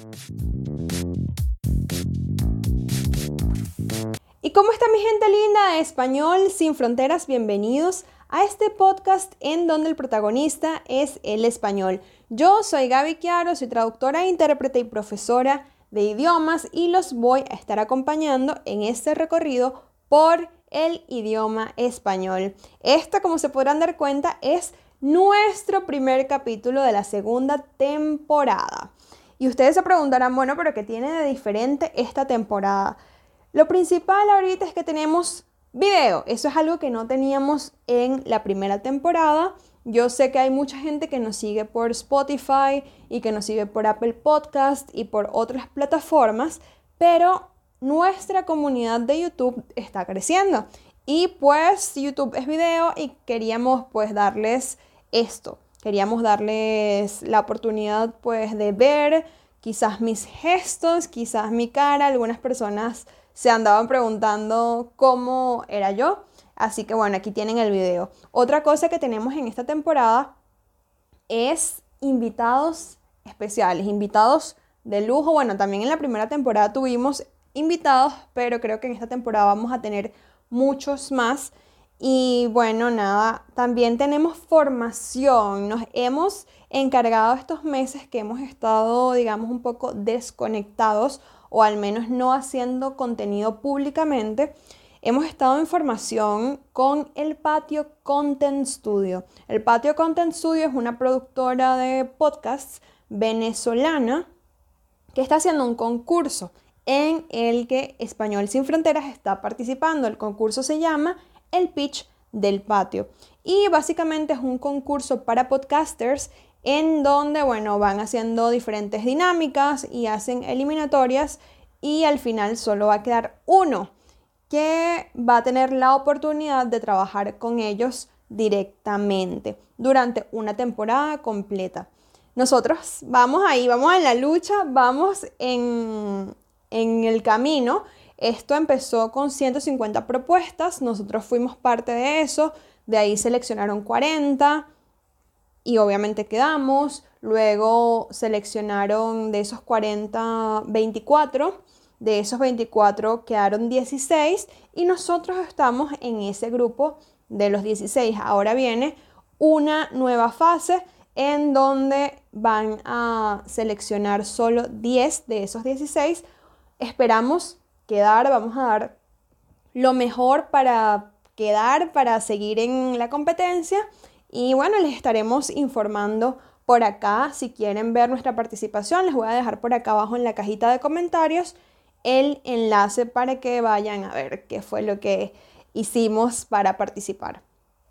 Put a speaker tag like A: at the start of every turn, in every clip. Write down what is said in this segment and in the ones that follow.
A: ¿Y cómo está mi gente linda de Español Sin Fronteras? Bienvenidos a este podcast en donde el protagonista es el español. Yo soy Gaby Chiaro, soy traductora, intérprete y profesora de idiomas y los voy a estar acompañando en este recorrido por el idioma español. Esta, como se podrán dar cuenta, es nuestro primer capítulo de la segunda temporada. Y ustedes se preguntarán, bueno, ¿pero qué tiene de diferente esta temporada? Lo principal ahorita es que tenemos video. Eso es algo que no teníamos en la primera temporada. Yo sé que hay mucha gente que nos sigue por Spotify y que nos sigue por Apple Podcast y por otras plataformas, pero nuestra comunidad de YouTube está creciendo. Y pues YouTube es video y queríamos pues darles esto. Queríamos darles la oportunidad pues de ver quizás mis gestos, quizás mi cara. Algunas personas se andaban preguntando cómo era yo. Así que bueno, aquí tienen el video. Otra cosa que tenemos en esta temporada es invitados especiales, invitados de lujo. Bueno, también en la primera temporada tuvimos invitados, pero creo que en esta temporada vamos a tener muchos más. Y bueno, nada, también tenemos formación. Nos hemos encargado estos meses que hemos estado, digamos, un poco desconectados o al menos no haciendo contenido públicamente. Hemos estado en formación con el Patio Content Studio. El Patio Content Studio es una productora de podcasts venezolana que está haciendo un concurso en el que Español Sin Fronteras está participando. El concurso se llama El Pitch del Patio y básicamente es un concurso para podcasters en donde, bueno, van haciendo diferentes dinámicas y hacen eliminatorias y al final solo va a quedar uno que va a tener la oportunidad de trabajar con ellos directamente durante una temporada completa. Nosotros vamos ahí, vamos en la lucha, vamos en el camino. Esto empezó con 150 propuestas, nosotros fuimos parte de eso, de ahí seleccionaron 40 y obviamente quedamos. Luego seleccionaron de esos 40, 24. De esos 24 quedaron 16 y nosotros estamos en ese grupo de los 16. Ahora viene una nueva fase en donde van a seleccionar solo 10 de esos 16. Esperamos quedar, vamos a dar lo mejor para quedar, para seguir en la competencia. Y bueno, les estaremos informando por acá. Si quieren ver nuestra participación, les voy a dejar por acá abajo en la cajita de comentarios el enlace para que vayan a ver qué fue lo que hicimos para participar.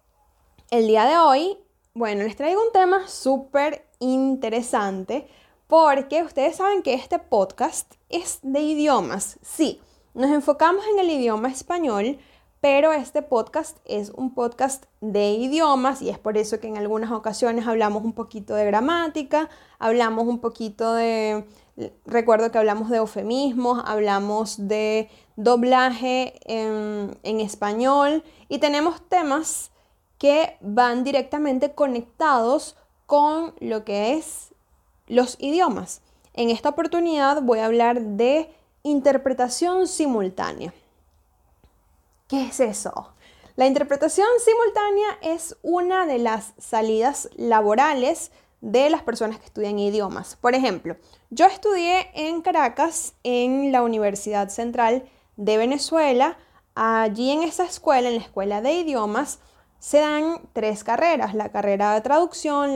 A: El día de hoy, bueno, les traigo un tema súper interesante porque ustedes saben que este podcast es de idiomas. Sí, nos enfocamos en el idioma español, pero este podcast es un podcast de idiomas y es por eso que en algunas ocasiones hablamos un poquito de gramática, hablamos un poquito de... Recuerdo que hablamos de eufemismos, hablamos de doblaje en español y tenemos temas que van directamente conectados con lo que es los idiomas. En esta oportunidad voy a hablar de interpretación simultánea. ¿Qué es eso? La interpretación simultánea es una de las salidas laborales de las personas que estudian idiomas. Por ejemplo, yo estudié en Caracas, en la Universidad Central de Venezuela. Allí en esa escuela, en la escuela de idiomas, se dan 3 carreras: la carrera de traducción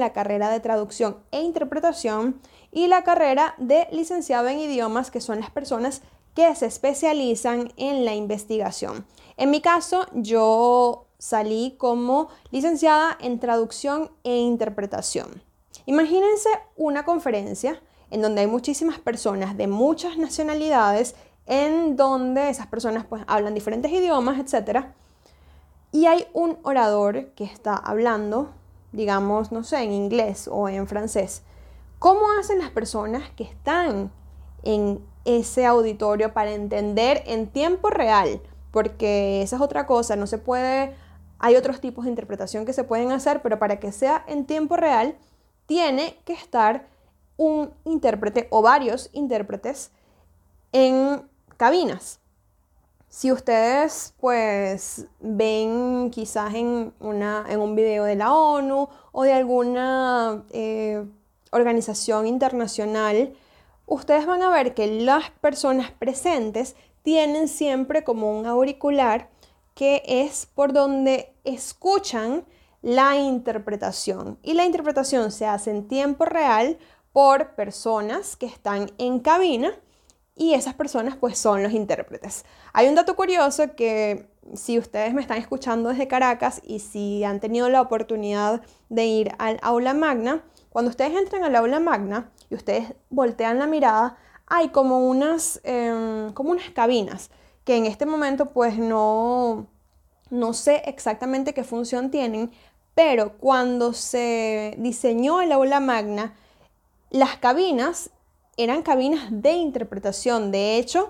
A: e interpretación y la carrera de licenciado en idiomas, que son las personas que se especializan en la investigación. En mi caso, yo salí como licenciada en traducción e interpretación. Imagínense una conferencia en donde hay muchísimas personas de muchas nacionalidades, en donde esas personas pues hablan diferentes idiomas, etc. Y hay un orador que está hablando, digamos, no sé, en inglés o en francés. ¿Cómo hacen las personas que están en ese auditorio para entender en tiempo real? Porque esa es otra cosa, no se puede, hay otros tipos de interpretación que se pueden hacer, pero para que sea en tiempo real, tiene que estar un intérprete o varios intérpretes en cabinas. Si ustedes pues ven quizás en un video de la ONU o de alguna organización internacional, ustedes van a ver que las personas presentes tienen siempre como un auricular que es por donde escuchan la interpretación. Y la interpretación se hace en tiempo real por personas que están en cabina y esas personas pues son los intérpretes. Hay un dato curioso que si ustedes me están escuchando desde Caracas y si han tenido la oportunidad de ir al aula magna, cuando ustedes entran al aula magna y ustedes voltean la mirada, hay como unas cabinas que en este momento pues no sé exactamente qué función tienen, pero cuando se diseñó el aula magna, las cabinas eran cabinas de interpretación. De hecho,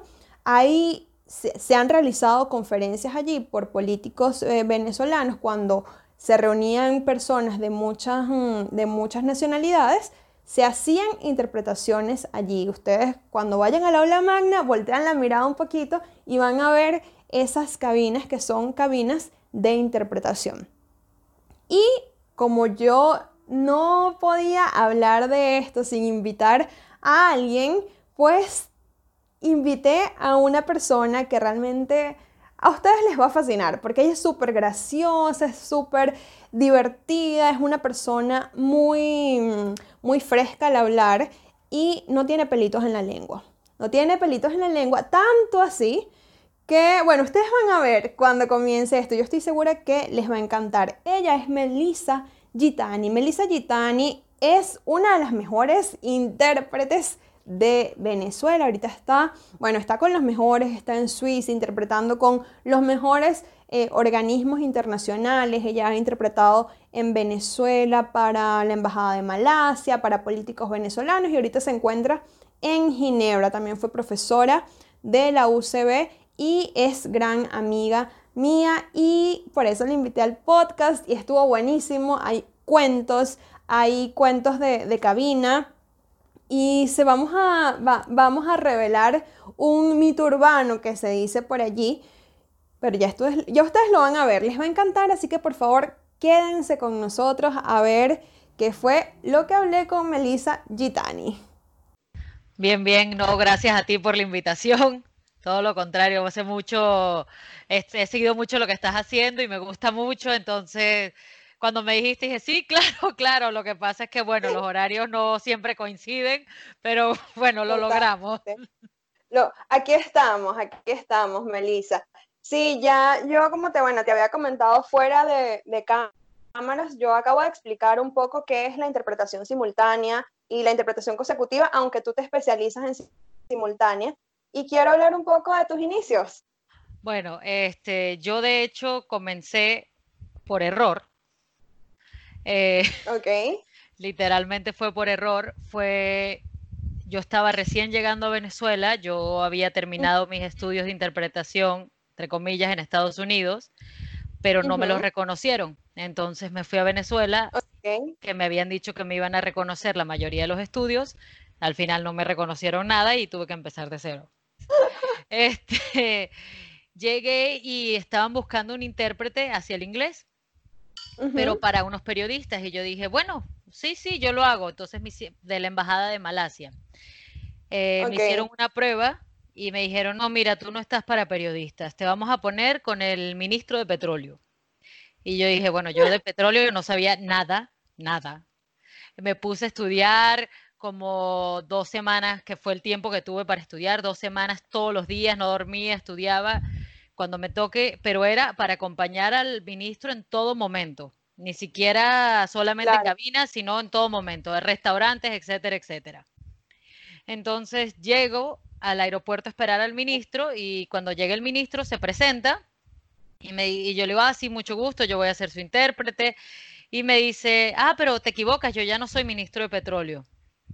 A: se han realizado conferencias allí por políticos venezolanos cuando se reunían personas de muchas nacionalidades, se hacían interpretaciones allí. Ustedes cuando vayan al aula magna voltean la mirada un poquito y van a ver esas cabinas que son cabinas de interpretación. Y como yo no podía hablar de esto sin invitar a alguien, pues invité a una persona que realmente a ustedes les va a fascinar, porque ella es súper graciosa, es súper divertida, es una persona muy fresca al hablar y no tiene pelitos en la lengua. No tiene pelitos en la lengua, tanto así que, bueno, ustedes van a ver cuando comience esto. Yo estoy segura que les va a encantar. Ella es Melissa Gitani. Melissa Gitani es una de las mejores intérpretes de Venezuela. Ahorita está con los mejores, está en Suiza interpretando con los mejores organismos internacionales. Ella ha interpretado en Venezuela para la Embajada de Malasia, para políticos venezolanos y ahorita se encuentra en Ginebra. También fue profesora de la UCB y es gran amiga mía y por eso la invité al podcast y estuvo buenísimo. Hay cuentos de cabina y vamos a revelar un mito urbano que se dice por allí, pero ya ustedes lo van a ver, les va a encantar, así que por favor quédense con nosotros a ver qué fue lo que hablé con Melissa Gitani.
B: Bien, bien, no, gracias a ti por la invitación. Todo lo contrario, he seguido mucho lo que estás haciendo y me gusta mucho. Entonces, cuando me dijiste, dije, sí, claro, claro. Lo que pasa es que, bueno, los horarios no siempre coinciden, pero bueno, lo logramos.
A: Totalmente. Aquí estamos, Melissa. Sí, ya yo te había comentado fuera de cámaras, yo acabo de explicar un poco qué es la interpretación simultánea y la interpretación consecutiva, aunque tú te especializas en simultánea. Y quiero hablar un poco de tus inicios.
B: Bueno, yo de hecho comencé por error. Eh,
A: Ok.
B: Literalmente fue por error. Yo estaba recién llegando a Venezuela, yo había terminado mis estudios de interpretación, entre comillas, en Estados Unidos, pero no me los
A: Ujú.
B: reconocieron. Entonces me fui a Venezuela,
A: Ok.
B: que me habían dicho que me iban a reconocer la mayoría de los estudios. Al final no me reconocieron nada y tuve que empezar de cero. Este, Llegué y estaban buscando un intérprete hacia el inglés, pero
A: Ujú.
B: para unos periodistas. Y yo dije, bueno, sí, sí, yo lo hago. Entonces, de la Embajada de Malasia. Me hicieron
A: Ok.
B: una prueba y me dijeron, no, mira, tú no estás para periodistas, te vamos a poner con el ministro de petróleo. Y yo dije, bueno, yo de petróleo no sabía nada, nada. Me puse a estudiar como 2 semanas, que fue el tiempo que tuve para estudiar, 2 semanas todos los días, no dormía, estudiaba cuando me toque, pero era para acompañar al ministro en todo momento, ni siquiera solamente en
A: Claro.
B: cabina, sino en todo momento, de restaurantes, etcétera, etcétera. Entonces llego al aeropuerto a esperar al ministro y cuando llega el ministro se presenta y yo le digo, ah, sí, mucho gusto, yo voy a ser su intérprete. Y me dice, ah, pero te equivocas, yo ya no soy ministro de petróleo.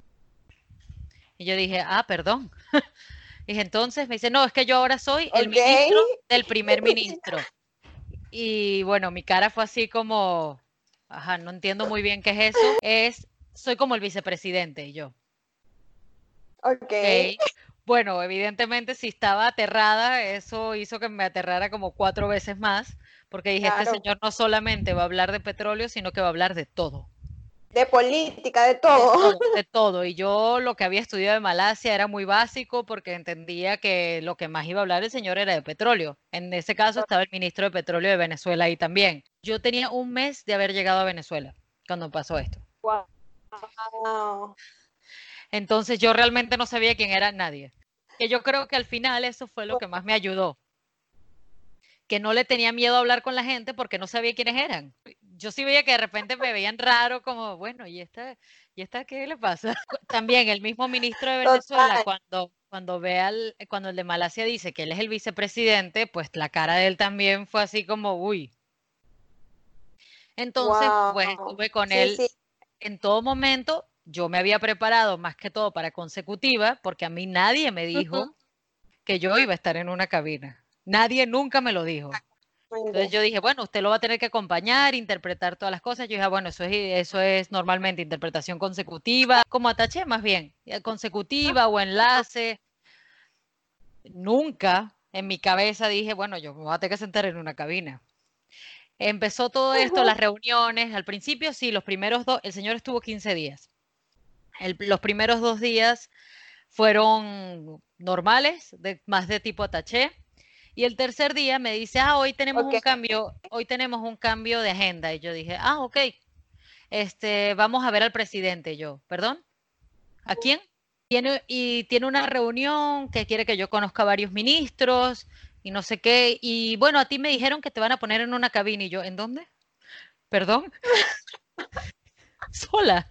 B: Y yo dije, ah, perdón. Dije, entonces me dice, no, es que yo ahora soy el
A: Ok.
B: ministro del primer ministro. Y bueno, mi cara fue así como, ajá, no entiendo muy bien qué es eso. Soy como el vicepresidente y yo.
A: Ok.
B: Ok. Bueno, evidentemente si estaba aterrada, eso hizo que me aterrara como 4 veces más, porque dije, este
A: Claro.
B: señor no solamente va a hablar de petróleo, sino que va a hablar de todo.
A: De política, de
B: De
A: todo.
B: todo, de todo. Y yo lo que había estudiado en Malasia era muy básico porque entendía que lo que más iba a hablar el señor era de petróleo. En ese caso estaba el ministro de Petróleo de Venezuela ahí también. Yo tenía un mes de haber llegado a Venezuela cuando pasó esto.
A: Wow.
B: Entonces yo realmente no sabía quién era nadie. Que yo creo que al final eso fue lo que más me ayudó. Que no le tenía miedo a hablar con la gente porque no sabía quiénes eran. Yo sí veía que de repente me veían raro, como, bueno, ¿y esta qué le pasa? También el mismo ministro de Venezuela,
A: Total.
B: cuando el de Malasia dice que él es el vicepresidente, pues la cara de él también fue así como, uy. Entonces, pues
A: Wow.
B: estuve con
A: Sí,
B: él
A: sí.
B: en todo momento. Yo me había preparado más que todo para consecutiva, porque a mí nadie me
A: Ujú.
B: dijo que yo iba a estar en una cabina. Nadie nunca me lo dijo. Entonces
A: Exactamente.
B: yo dije, bueno, usted lo va a tener que acompañar, interpretar todas las cosas. Yo dije, bueno, eso es normalmente interpretación consecutiva, como ataché más bien, consecutiva o enlace. Nunca en mi cabeza dije, bueno, yo me voy a tener que sentar en una cabina. Empezó todo esto, las reuniones. Al principio sí, los primeros dos, el señor estuvo 15 días. Los primeros 2 días fueron normales, más de tipo ataché. Y el tercer día me dice,
A: Ok.
B: hoy tenemos un cambio de agenda. Y yo dije, ok, vamos a ver al presidente. Y yo, ¿perdón? ¿A quién? Tiene una reunión que quiere que yo conozca a varios ministros y no sé qué. Y bueno, a ti me dijeron que te van a poner en una cabina. Y yo, ¿en dónde? ¿Perdón? Sola.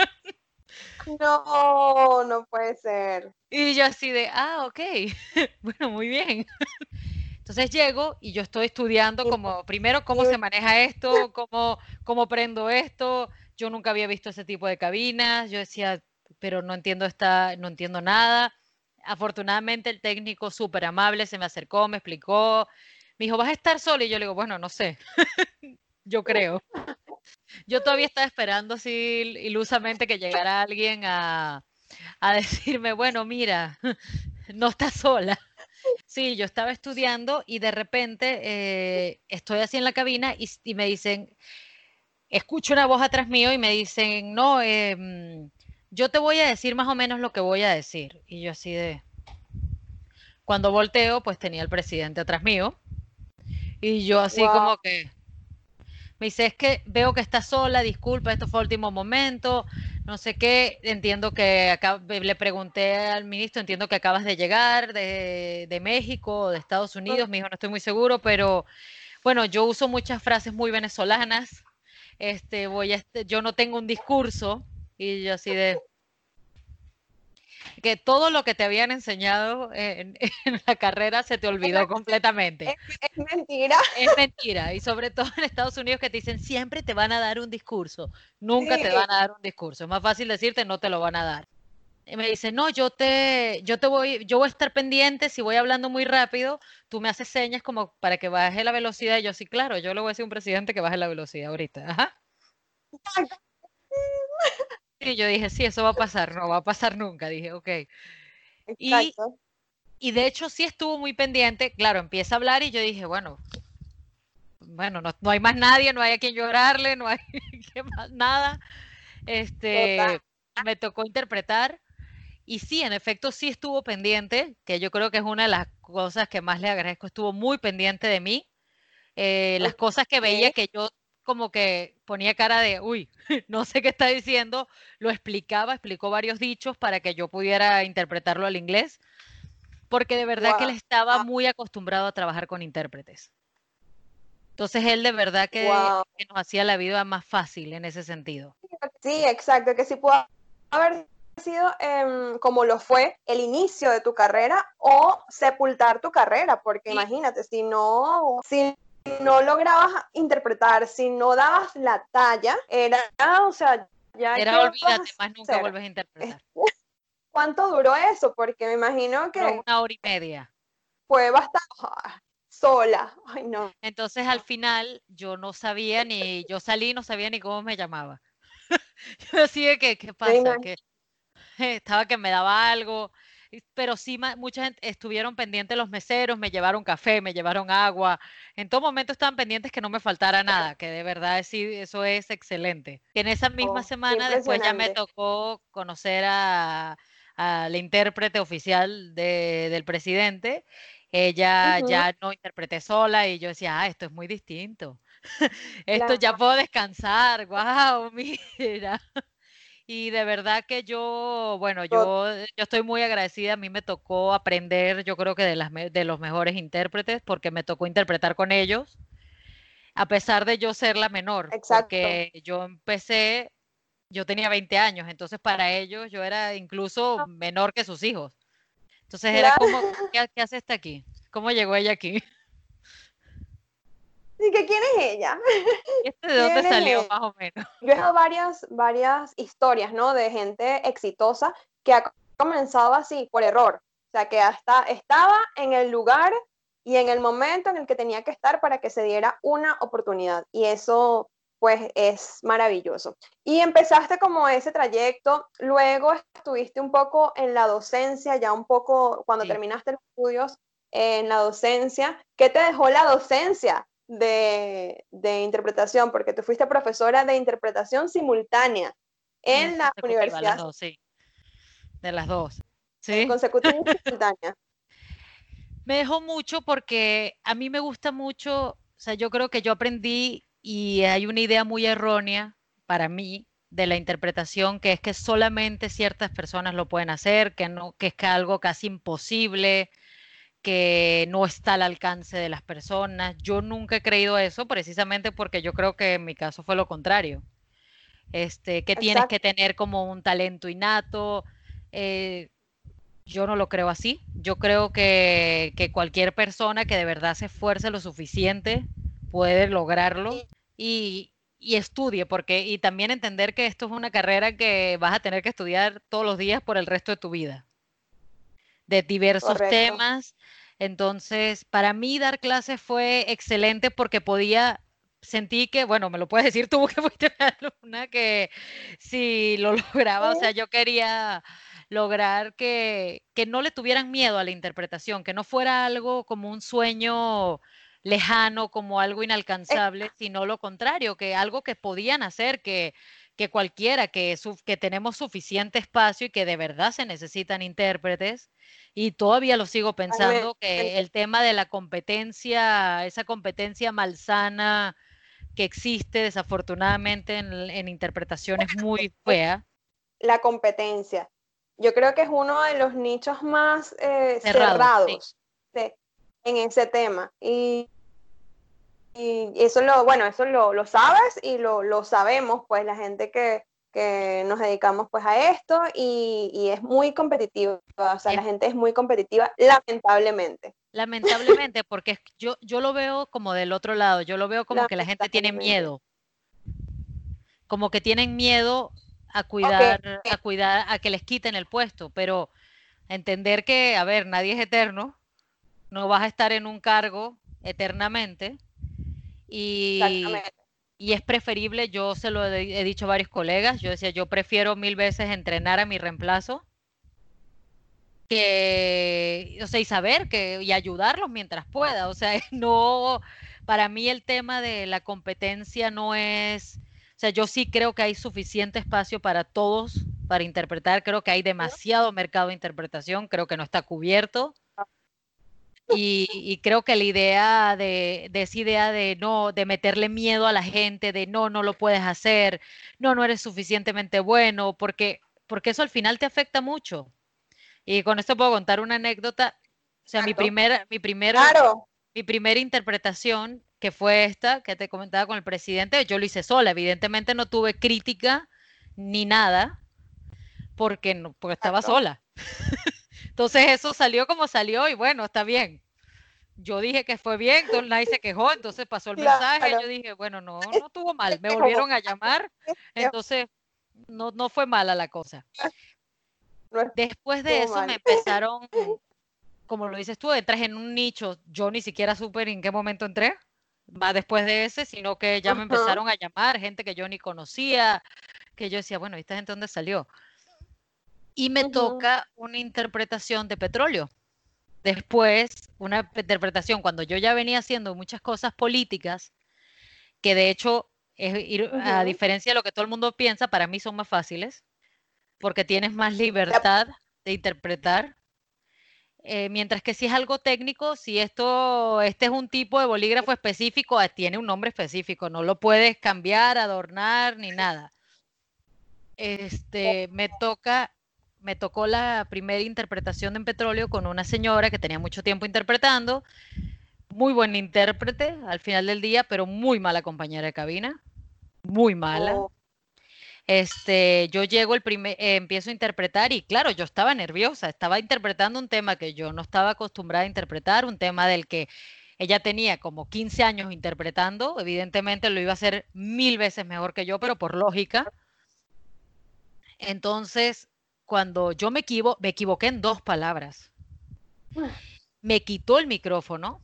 A: No, no puede ser.
B: Y yo así de, ok, bueno, muy bien. Entonces llego y yo estoy estudiando como, primero, cómo se
A: Imposible.
B: maneja esto, cómo prendo esto. Yo nunca había visto ese tipo de cabinas. Yo decía, pero no entiendo nada. Afortunadamente el técnico súper amable se me acercó, me explicó. Me dijo, ¿vas a estar solo? Y yo le digo, bueno, no sé, yo creo. Yo todavía estaba esperando así ilusamente que llegara alguien a decirme, bueno, mira, no estás sola. Sí, yo estaba estudiando y de repente estoy así en la cabina y me dicen, escucho una voz atrás mío y me dicen, no, yo te voy a decir más o menos lo que voy a decir. Y yo así de, cuando volteo, pues tenía el presidente atrás mío y yo así
A: Wow.
B: como que, me dice, es que veo que estás sola, disculpa, esto fue último momento, no sé qué, entiendo que le pregunté al ministro, entiendo que acabas de llegar de México o de Estados Unidos, me dijo, no estoy muy seguro, pero bueno, yo uso muchas frases muy venezolanas, yo no tengo un discurso, y yo así de, que todo lo que te habían enseñado en la carrera se te
A: Es,
B: olvidó completamente.
A: es mentira.
B: Es mentira, y sobre todo en Estados Unidos que te dicen siempre te van a dar un discurso, nunca te
A: Sí.
B: van a dar un discurso, es más fácil decirte no te lo van a dar. Y me dice, no, yo voy a estar pendiente, si voy hablando muy rápido, tú me haces señas como para que baje la velocidad, y yo sí, claro, yo le voy a decir a un presidente que baje la velocidad ahorita, ajá. Y yo dije, sí, eso va a pasar, no va a pasar nunca, dije, ok. Y,
A: Exacto.
B: y de hecho sí estuvo muy pendiente, claro, empieza a hablar y yo dije, bueno, no hay más nadie, no hay a quien llorarle, no hay que más nada.
A: Total.
B: Este, me tocó interpretar y sí, en efecto sí estuvo pendiente, que yo creo que es una de las cosas que más le agradezco, estuvo muy pendiente de mí. Las cosas que veía
A: Ok.
B: que yo como que ponía cara de, uy, no sé qué está diciendo, lo explicó varios dichos para que yo pudiera interpretarlo al inglés, porque de verdad que él
A: Wow.
B: estaba muy acostumbrado a trabajar con intérpretes. Entonces él de verdad
A: Wow.
B: que nos hacía la vida más fácil en ese sentido.
A: Sí, exacto, que sí pudo haber sido como lo fue el inicio de tu carrera o sepultar tu carrera, porque
B: Sí,
A: imagínate, si no lograbas interpretar, si no dabas la talla, era, o sea, ya
B: era
A: qué vas
B: olvídate, más
A: a
B: nunca
A: hacer.
B: vuelves a interpretar.
A: ¿Cuánto duró eso? Porque me imagino
B: Duró
A: que
B: 1 hora y media.
A: fue bastante sola. Ay, no.
B: Entonces al final yo no sabía yo salí y no sabía ni cómo me llamaba. Yo decía que, ¿qué
A: Me
B: pasa?
A: imagino.
B: estaba que me daba algo, pero sí mucha gente estuvieron pendientes los meseros, me llevaron café, me llevaron agua, en todo momento estaban pendientes que no me faltara nada, que de verdad sí, eso es excelente. En esa misma
A: Oh, qué
B: semana después ya me
A: impresionante.
B: tocó conocer a la intérprete oficial del presidente. Ella
A: Ujú,
B: ya no interpreté sola y yo decía, esto es muy distinto. Esto ya
A: claro.
B: puedo descansar, wow, mira. Y de verdad que yo, bueno, yo estoy muy agradecida. A mí me tocó aprender, yo creo que de los mejores intérpretes, porque me tocó interpretar con ellos, a pesar de yo ser la menor,
A: Exacto.
B: porque yo tenía 20 años, entonces para ellos yo era incluso
A: Ah,
B: menor que sus hijos. Entonces era
A: claro.
B: como, ¿qué hace esta aquí? ¿Cómo llegó ella aquí?
A: ¿Y que quién es ella?
B: ¿De dónde
A: ¿Quién es
B: salió
A: ella?
B: más o menos?
A: Yo he dado varias historias, ¿no? De gente exitosa que ha comenzado así, por error. O sea, que hasta estaba en el lugar y en el momento en el que tenía que estar para que se diera una oportunidad. Y eso, pues, es maravilloso. Y empezaste como ese trayecto, luego estuviste un poco en la docencia, ya un poco cuando
B: Sí.
A: terminaste los estudios en la docencia. ¿Qué te dejó la docencia de interpretación? Porque tú fuiste profesora de interpretación simultánea en la
B: Consecutiva, las
A: universidad,
B: dos, sí, de las dos. Sí.
A: consecutiva y simultánea.
B: Me dejó mucho porque a mí me gusta mucho, o sea, yo creo que yo aprendí y hay una idea muy errónea para mí de la interpretación, que es que solamente ciertas personas lo pueden hacer, que no, que es algo casi imposible, que no está al alcance de las personas. Yo nunca he creído eso, precisamente porque yo creo que en mi caso fue lo contrario. Que tienes que
A: Exacto.
B: tener como un talento innato. eh, yo no lo creo así. Yo creo que cualquier persona que de verdad se esfuerce lo suficiente puede lograrlo y estudie, y también entender que esto es una carrera que vas a tener que estudiar todos los días por el resto de tu vida, de diversos
A: Correcto.
B: temas. Entonces, para mí dar clases fue excelente porque podía, sentí que, bueno, me lo puedes decir tú que fuiste una alumna, que si lo lograba, o sea, yo quería lograr que no le tuvieran miedo a la interpretación, que no fuera algo como un sueño lejano, como algo
A: Eh,
B: inalcanzable, sino lo contrario, que algo que podían hacer, que cualquiera, que tenemos suficiente espacio y que de verdad se necesitan intérpretes. Y todavía lo sigo pensando, que
A: Totalmente.
B: el tema de la competencia, esa competencia malsana que existe desafortunadamente en interpretación es muy fea,
A: La competencia. Yo creo que es uno de los nichos más
B: cerrado, sí.
A: cerrados en ese tema. Y eso bueno, eso lo sabes y lo sabemos, pues la gente que nos dedicamos pues a esto y es muy competitiva, o sea,
B: Es
A: la gente es muy competitiva, lamentablemente,
B: lamentablemente, porque yo lo veo como del otro lado, yo lo veo como que la gente tiene
A: lamentablemente.
B: miedo, como que tienen miedo
A: Ok,
B: a cuidar, a que les quiten el puesto, pero entender que, a ver, nadie es eterno, no vas a estar en un cargo eternamente y,
A: exactamente.
B: y es preferible, yo se lo he dicho a varios colegas, yo decía, yo prefiero mil veces entrenar a mi reemplazo que, o sea, y saber que, y ayudarlos mientras pueda, o sea, no, para mí el tema de la competencia no es, o sea, yo sí creo que hay suficiente espacio para todos para interpretar, creo que hay demasiado mercado de interpretación, creo que no está cubierto. Y creo que la idea de esa idea de no, de meterle miedo a la gente, de no, no lo puedes hacer, no, no eres suficientemente bueno, porque eso al final te afecta mucho. Y con esto puedo contar una anécdota. O sea,
A: Exacto. Claro,
B: mi primera interpretación, que fue esta, que te comentaba con el presidente, yo lo hice sola. Evidentemente no tuve crítica ni nada, porque, no, porque estaba
A: exacto.
B: sola. Entonces eso salió como salió y bueno, está bien. Yo dije que fue bien, entonces nadie se quejó, entonces pasó el mensaje, yo
A: Claro.
B: dije, bueno, no, no estuvo mal, me
A: Como,
B: volvieron a llamar, entonces no, no fue mala la cosa.
A: no
B: Después de
A: estuvo
B: eso me
A: mal.
B: empezaron, como lo dices tú, entras en un nicho, yo ni siquiera supe en qué momento entré, va después de ese, sino que ya me
A: Ajá.
B: empezaron a llamar gente que yo ni conocía, que yo decía, bueno, ¿esta gente dónde salió? y me
A: Ujú.
B: toca una interpretación de petróleo. Después, una interpretación, cuando yo ya venía haciendo muchas cosas políticas, que de hecho, a
A: Ujú.
B: diferencia de lo que todo el mundo piensa, para mí son más fáciles, porque tienes más
A: Ya,
B: libertad de interpretar. Mientras que si es algo técnico, si este es un tipo de bolígrafo específico, tiene un nombre específico, no lo puedes cambiar, adornar ni nada. Me tocó la primera interpretación en petróleo con una señora que tenía mucho tiempo interpretando, muy buen intérprete al final del día, pero muy mala compañera de cabina, muy mala.
A: oh,
B: Yo llego empiezo a interpretar y claro, yo estaba nerviosa, estaba interpretando un tema que yo no estaba acostumbrada a interpretar, un tema del que ella tenía como 15 años interpretando, evidentemente lo iba a hacer 1000 veces mejor que yo, pero por lógica. Entonces, cuando yo me equivoqué en 2 palabras. Me quitó el micrófono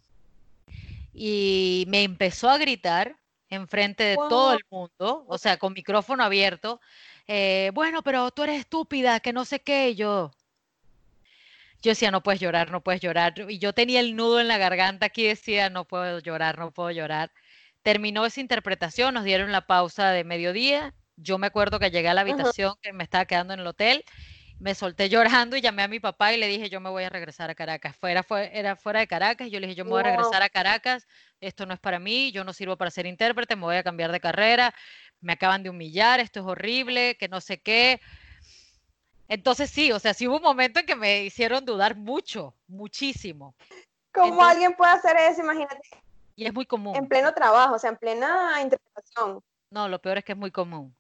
B: y me empezó a gritar enfrente de todo
A: wow.
B: el mundo, o sea, con micrófono abierto, bueno, pero tú eres estúpida, que no sé qué, y yo decía, no puedes llorar, no puedes llorar, y yo tenía el nudo en la garganta aquí, decía, no puedo llorar, no puedo llorar. Terminó esa interpretación, nos dieron la pausa de mediodía, yo me acuerdo que llegué a la
A: Ujú.
B: habitación que me estaba quedando en el hotel, me solté llorando y llamé a mi papá y le dije, yo me voy a regresar a Caracas. Era fuera de Caracas y yo le dije, yo me voy a
A: Wow.
B: regresar a Caracas, esto no es para mí, yo no sirvo para ser intérprete, me voy a cambiar de carrera, me acaban de humillar, esto es horrible, que no sé qué. Entonces sí, o sea, sí hubo un momento en que me hicieron dudar mucho, muchísimo.
A: ¿Cómo
B: Entonces,
A: alguien puede hacer eso? Imagínate,
B: y es muy
A: en
B: común.
A: pleno trabajo, o sea, en plena interpretación.
B: No, lo peor es que es muy común,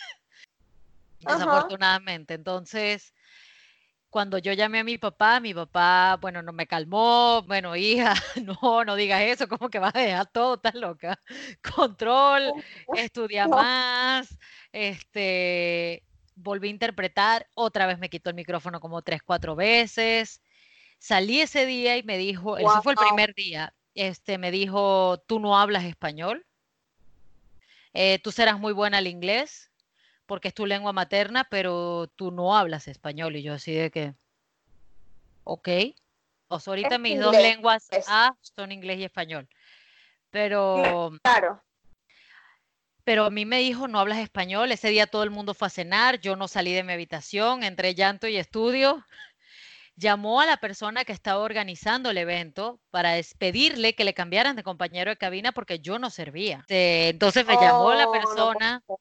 A: Ajá.
B: desafortunadamente. Entonces, cuando yo llamé a mi papá, bueno, no me calmó, bueno, hija, no, no digas eso, como que vas a dejar todo, estás loca. Control, estudia
A: No,
B: más, volví a interpretar, otra vez me quitó el micrófono como 3, 4 veces. Salí ese día y me dijo, ese fue el
A: wow.
B: primer día, me dijo, tú no hablas español, tú serás muy buena al inglés porque es tu lengua materna, pero tú no hablas español. Y yo así de que, ok. O sea,
A: Es
B: ahorita mis dos
A: inglés.
B: lenguas A son inglés y español. Pero,
A: Claro.
B: pero a mí me dijo, no hablas español. Ese día todo el mundo fue a cenar. Yo no salí de mi habitación, entre llanto y estudio. Llamó a la persona que estaba organizando el evento para despedirle que le cambiaran de compañero de cabina porque yo no servía. Entonces me llamó la
A: Oh, no puedo.
B: persona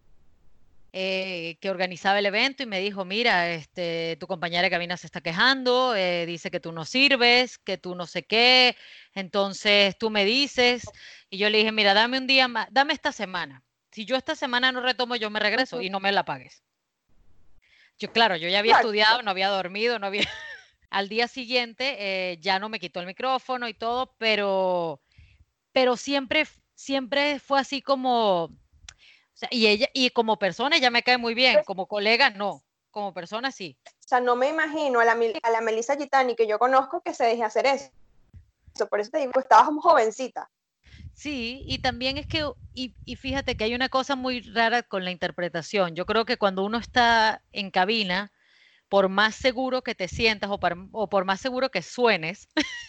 B: que organizaba el evento y me dijo, mira, tu compañera de cabina se está quejando, dice que tú no sirves, que tú no sé qué, entonces tú me dices, y yo le dije, mira, dame un día más, dame esta semana. Si yo esta semana no retomo, yo me regreso
A: Ujú.
B: y no me la pagues. Yo, claro, yo ya había
A: Exacto.
B: estudiado, no había dormido, no había... Al día siguiente ya no me quitó el micrófono y todo, pero siempre fue así como, o sea, y ella, y como persona ella me cae muy bien, como colega no, como persona sí.
A: O sea, no me imagino a la Melissa Gitani que yo conozco que se deje hacer eso. Por eso te digo, estabas muy jovencita.
B: Sí, y también es que, y fíjate que hay una cosa muy rara con la interpretación. Yo creo que cuando uno está en cabina, por más seguro que te sientas o por más seguro que suenes,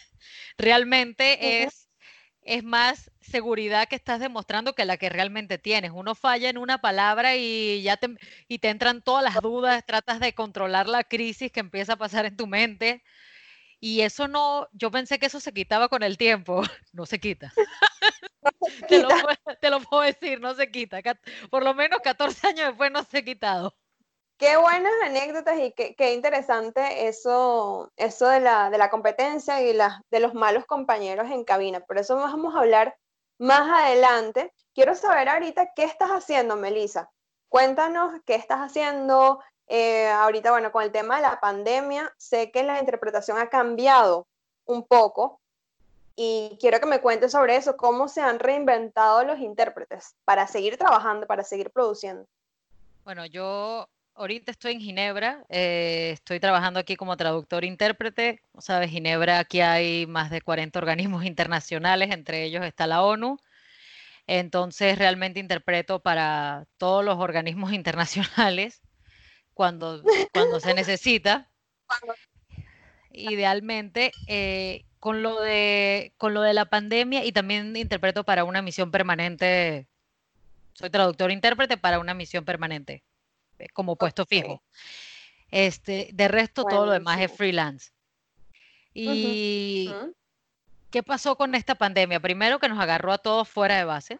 B: realmente
A: Ujú.
B: es más seguridad que estás demostrando que la que realmente tienes. Uno falla en una palabra y te entran todas las dudas, tratas de controlar la crisis que empieza a pasar en tu mente. Y eso no, yo pensé que eso se quitaba con el tiempo, no se quita. Te lo,
A: Quita.
B: te lo puedo decir, no se quita. Por lo menos 14 años después no se ha quitado.
A: Qué buenas anécdotas y qué interesante eso de la competencia y de los malos compañeros en cabina. Por eso vamos a hablar más adelante. Quiero saber ahorita qué estás haciendo, Melissa. Cuéntanos qué estás haciendo. Ahorita, bueno, con el tema de la pandemia, sé que la interpretación ha cambiado un poco y quiero que me cuentes sobre eso, cómo se han reinventado los intérpretes para seguir trabajando, para seguir produciendo.
B: Bueno, yo ahorita estoy en Ginebra, estoy trabajando aquí como traductor-intérprete. Sabes, Ginebra, aquí hay más de 40 organismos internacionales, entre ellos está la ONU. Entonces, realmente interpreto para todos los organismos internacionales. cuando se necesita. Idealmente, con lo de la pandemia, y también interpreto para una misión permanente, soy traductor-intérprete para una misión permanente, como puesto
A: Ok,
B: fijo. De resto, todo lo demás es
A: buenísimo.
B: freelance.
A: Ujú,
B: ¿Y
A: ujú.
B: qué pasó con esta pandemia? Primero que nos agarró a todos fuera de base.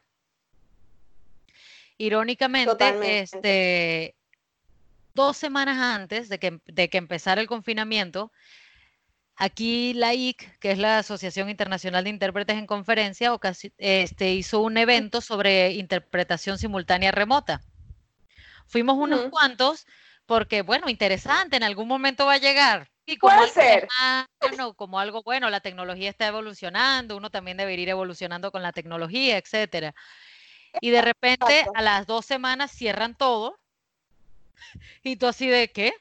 B: Irónicamente,
A: Totalmente.
B: 2 semanas antes de que empezara el confinamiento, aquí la IC, que es la Asociación Internacional de Intérpretes en Conferencia, hizo un evento sobre interpretación simultánea remota. Fuimos unos
A: Ujú.
B: cuantos porque, bueno, interesante, en algún momento va a llegar. Y como
A: Puede
B: algo
A: ser.
B: lejano, como algo bueno, la tecnología está evolucionando, uno también debería ir evolucionando con la tecnología, etcétera. Y de repente,
A: Exacto.
B: a las 2 semanas cierran todo, y tú así de ¿qué?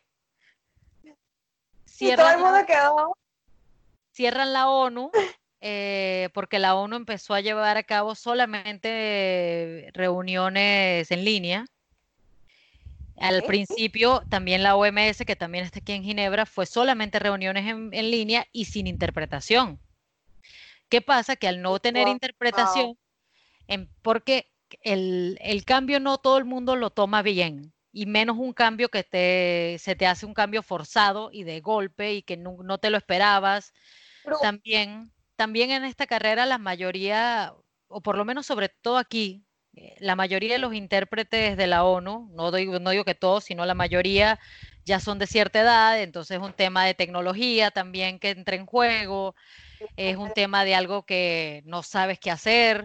A: Y todo
B: Cierran
A: el mundo quedó.
B: cierran la ONU, porque la ONU empezó a llevar a cabo solamente reuniones en línea. Al
A: Ok,
B: principio, también la OMS, que también está aquí en Ginebra, fue solamente reuniones en línea y sin interpretación. ¿Qué pasa? Que al no tener
A: wow.
B: interpretación, porque el cambio no todo el mundo lo toma bien, y menos un cambio que se te hace un cambio forzado y de golpe y que no te lo esperabas. También en esta carrera la mayoría, o por lo menos sobre todo aquí, la mayoría de los intérpretes de la ONU, no digo que todos, sino la mayoría ya son de cierta edad, entonces es un tema de tecnología también que entra en juego, es un tema de algo que no sabes qué hacer,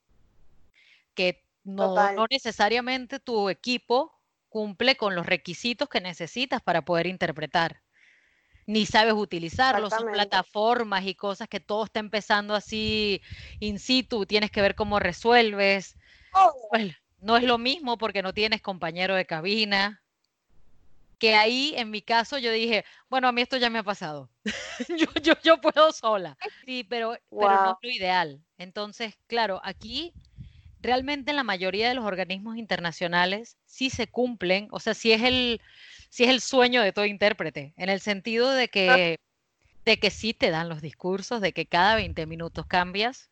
B: que no
A: Total,
B: necesariamente tu equipo cumple con los requisitos que necesitas para poder interpretar, ni sabes utilizarlos, son
A: exactamente.
B: plataformas y cosas que todo está empezando así in situ, tienes que ver cómo resuelves.
A: Oh,
B: Pues no es lo mismo porque no tienes compañero de cabina, que ahí en mi caso yo dije, bueno, a mí esto ya me ha pasado, yo puedo sola. Sí, pero no es
A: wow.
B: lo ideal. Entonces, claro, aquí realmente en la mayoría de los organismos internacionales sí se cumplen, o sea, sí es el sueño de todo intérprete, en el sentido de que sí te dan los discursos, de que cada 20 minutos cambias,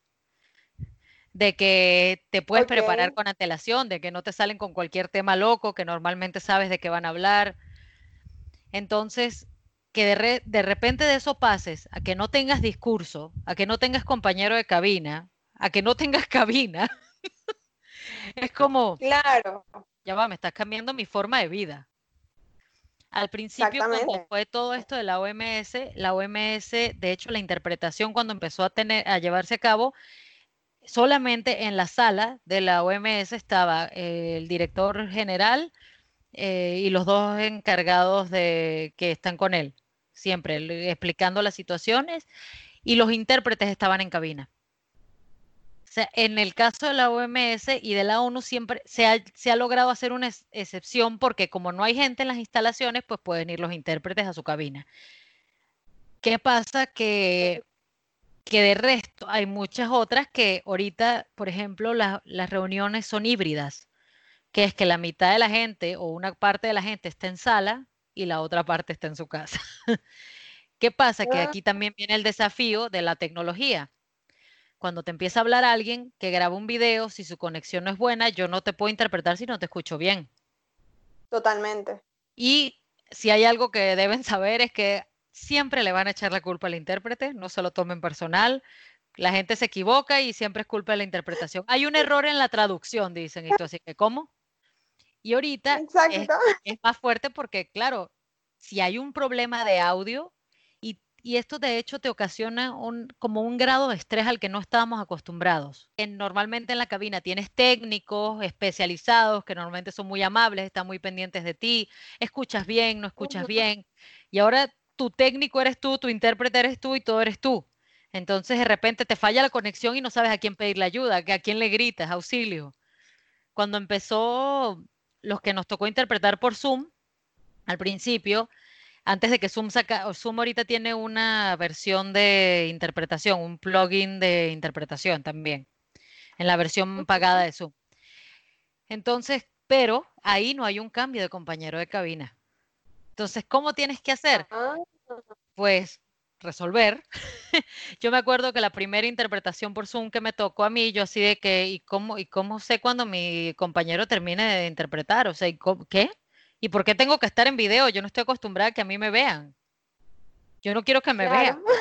B: de que te puedes
A: Ok,
B: preparar con antelación, de que no te salen con cualquier tema loco, que normalmente sabes de qué van a hablar. Entonces, que de repente de eso pases a que no tengas discurso, a que no tengas compañero de cabina, a que no tengas cabina, es como,
A: claro,
B: ya va, me estás cambiando mi forma de vida. Al principio, cuando
A: exactamente.
B: fue todo esto de la OMS, de hecho, la interpretación cuando empezó a llevarse a cabo, solamente en la sala de la OMS estaba el director general, y los dos encargados de que están con él, siempre explicando las situaciones, y los intérpretes estaban en cabina. O sea, en el caso de la OMS y de la ONU siempre se ha logrado hacer una excepción porque como no hay gente en las instalaciones, pues pueden ir los intérpretes a su cabina. ¿Qué pasa? Que de resto hay muchas otras que ahorita, por ejemplo, las reuniones son híbridas, que es que la mitad de la gente o una parte de la gente está en sala y la otra parte está en su casa. ¿Qué pasa? Que
A: Ah,
B: aquí también viene el desafío de la tecnología. Cuando te empieza a hablar alguien que graba un video, si su conexión no es buena, yo no te puedo interpretar si no te escucho bien.
A: totalmente.
B: Y si hay algo que deben saber es que siempre le van a echar la culpa al intérprete, no se lo tomen personal. La gente se equivoca y siempre es culpa de la interpretación. Hay un error en la traducción, dicen, y tú así que, ¿cómo? Y ahorita es,
A: Exacto.
B: es más fuerte porque, claro, si hay un problema de audio, y esto de hecho te ocasiona como un grado de estrés al que no estábamos acostumbrados. Normalmente en la cabina tienes técnicos especializados que normalmente son muy amables, están muy pendientes de ti, escuchas bien, no escuchas
A: Ujú.
B: bien, y ahora tu técnico eres tú, tu intérprete eres tú y todo eres tú. Entonces de repente te falla la conexión y no sabes a quién pedirle ayuda, a quién le gritas, auxilio. Cuando empezó los que nos tocó interpretar por Zoom, al principio, antes de que Zoom ahorita tiene una versión de interpretación, un plugin de interpretación también, en la versión pagada de Zoom. Entonces, pero ahí no hay un cambio de compañero de cabina. Entonces, ¿cómo tienes que hacer?
A: Ah,
B: Pues resolver. Yo me acuerdo que la primera interpretación por Zoom que me tocó a mí, yo así de que, ¿y cómo sé cuando mi compañero termine de interpretar? O sea, ¿qué? ¿Y por qué tengo que estar en video? Yo no estoy acostumbrada a que a mí me vean. Yo no quiero que me vean.
A: claro,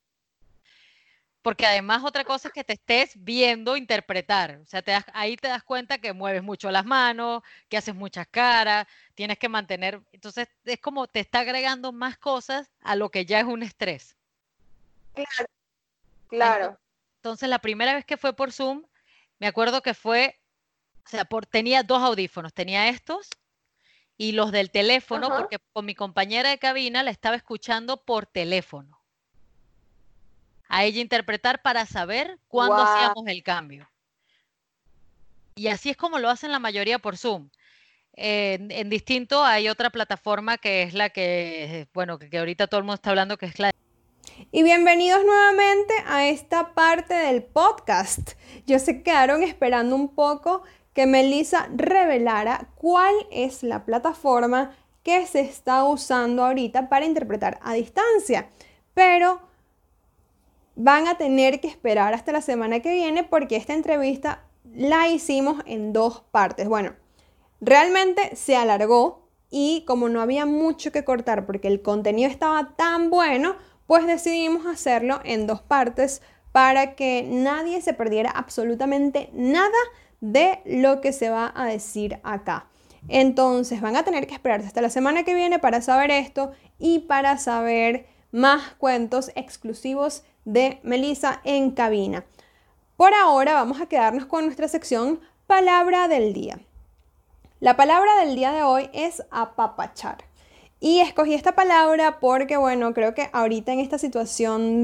B: Porque además otra cosa es que te estés viendo interpretar. O sea, ahí te das cuenta que mueves mucho las manos, que haces muchas caras, tienes que mantener. Entonces es como te está agregando más cosas a lo que ya es un estrés.
A: claro,
B: Ento-
A: claro.
B: Entonces la primera vez que fue por Zoom, me acuerdo que fue, o sea, tenía dos audífonos, tenía estos y los del teléfono,
A: Ajá.
B: porque con mi compañera de cabina la estaba escuchando por teléfono, a ella interpretar para saber cuándo
A: Wow.
B: hacíamos el cambio. Y así es como lo hacen la mayoría por Zoom. En distinto hay otra plataforma que es la que, bueno, que ahorita todo el mundo está hablando, que es la...
A: Y bienvenidos nuevamente a esta parte del podcast. Yo se quedaron esperando un poco que Melissa revelara cuál es la plataforma que se está usando ahorita para interpretar a distancia. Pero van a tener que esperar hasta la semana que viene porque esta entrevista la hicimos en dos partes. Bueno, realmente se alargó y como no había mucho que cortar porque el contenido estaba tan bueno, pues decidimos hacerlo en dos partes para que nadie se perdiera absolutamente nada de lo que se va a decir acá. Entonces van a tener que esperarse hasta la semana que viene para saber esto y para saber más cuentos exclusivos de Melissa en cabina. Por ahora vamos a quedarnos con nuestra sección Palabra del Día. La palabra del día de hoy es apapachar. Y escogí esta palabra porque, bueno, creo que ahorita en esta situación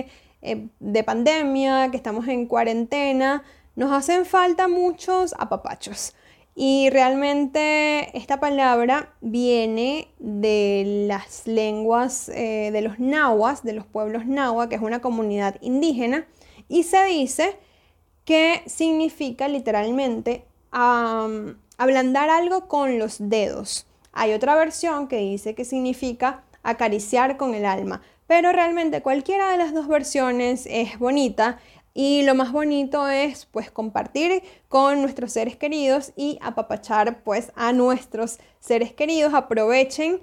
A: de pandemia, que estamos en cuarentena, nos hacen falta muchos apapachos. Y realmente esta palabra viene de las lenguas de los nahuas, de los pueblos nahua, que es una comunidad indígena, y se dice que significa literalmente ablandar algo con los dedos. Hay otra versión que dice que significa acariciar con el alma, pero realmente cualquiera de las dos versiones es bonita y lo más bonito es pues compartir con nuestros seres queridos y apapachar pues a nuestros seres queridos. Aprovechen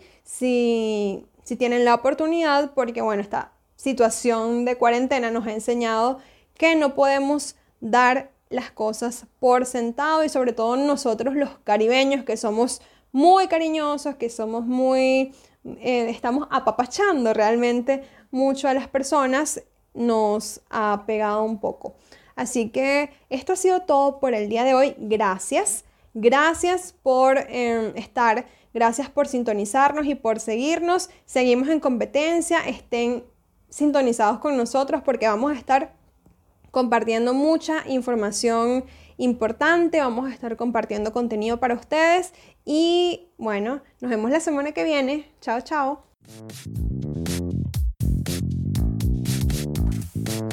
A: si tienen la oportunidad porque bueno, esta situación de cuarentena nos ha enseñado que no podemos dar las cosas por sentado y sobre todo nosotros los caribeños que somos muy cariñosos, que somos estamos apapachando realmente mucho a las personas, nos ha pegado un poco. Así que esto ha sido todo por el día de hoy. Gracias. Gracias por estar, gracias por sintonizarnos y por seguirnos. Seguimos en competencia. Estén sintonizados con nosotros porque vamos a estar compartiendo mucha información importante, vamos a estar compartiendo contenido para ustedes y bueno, nos vemos la semana que viene. Chao, chao.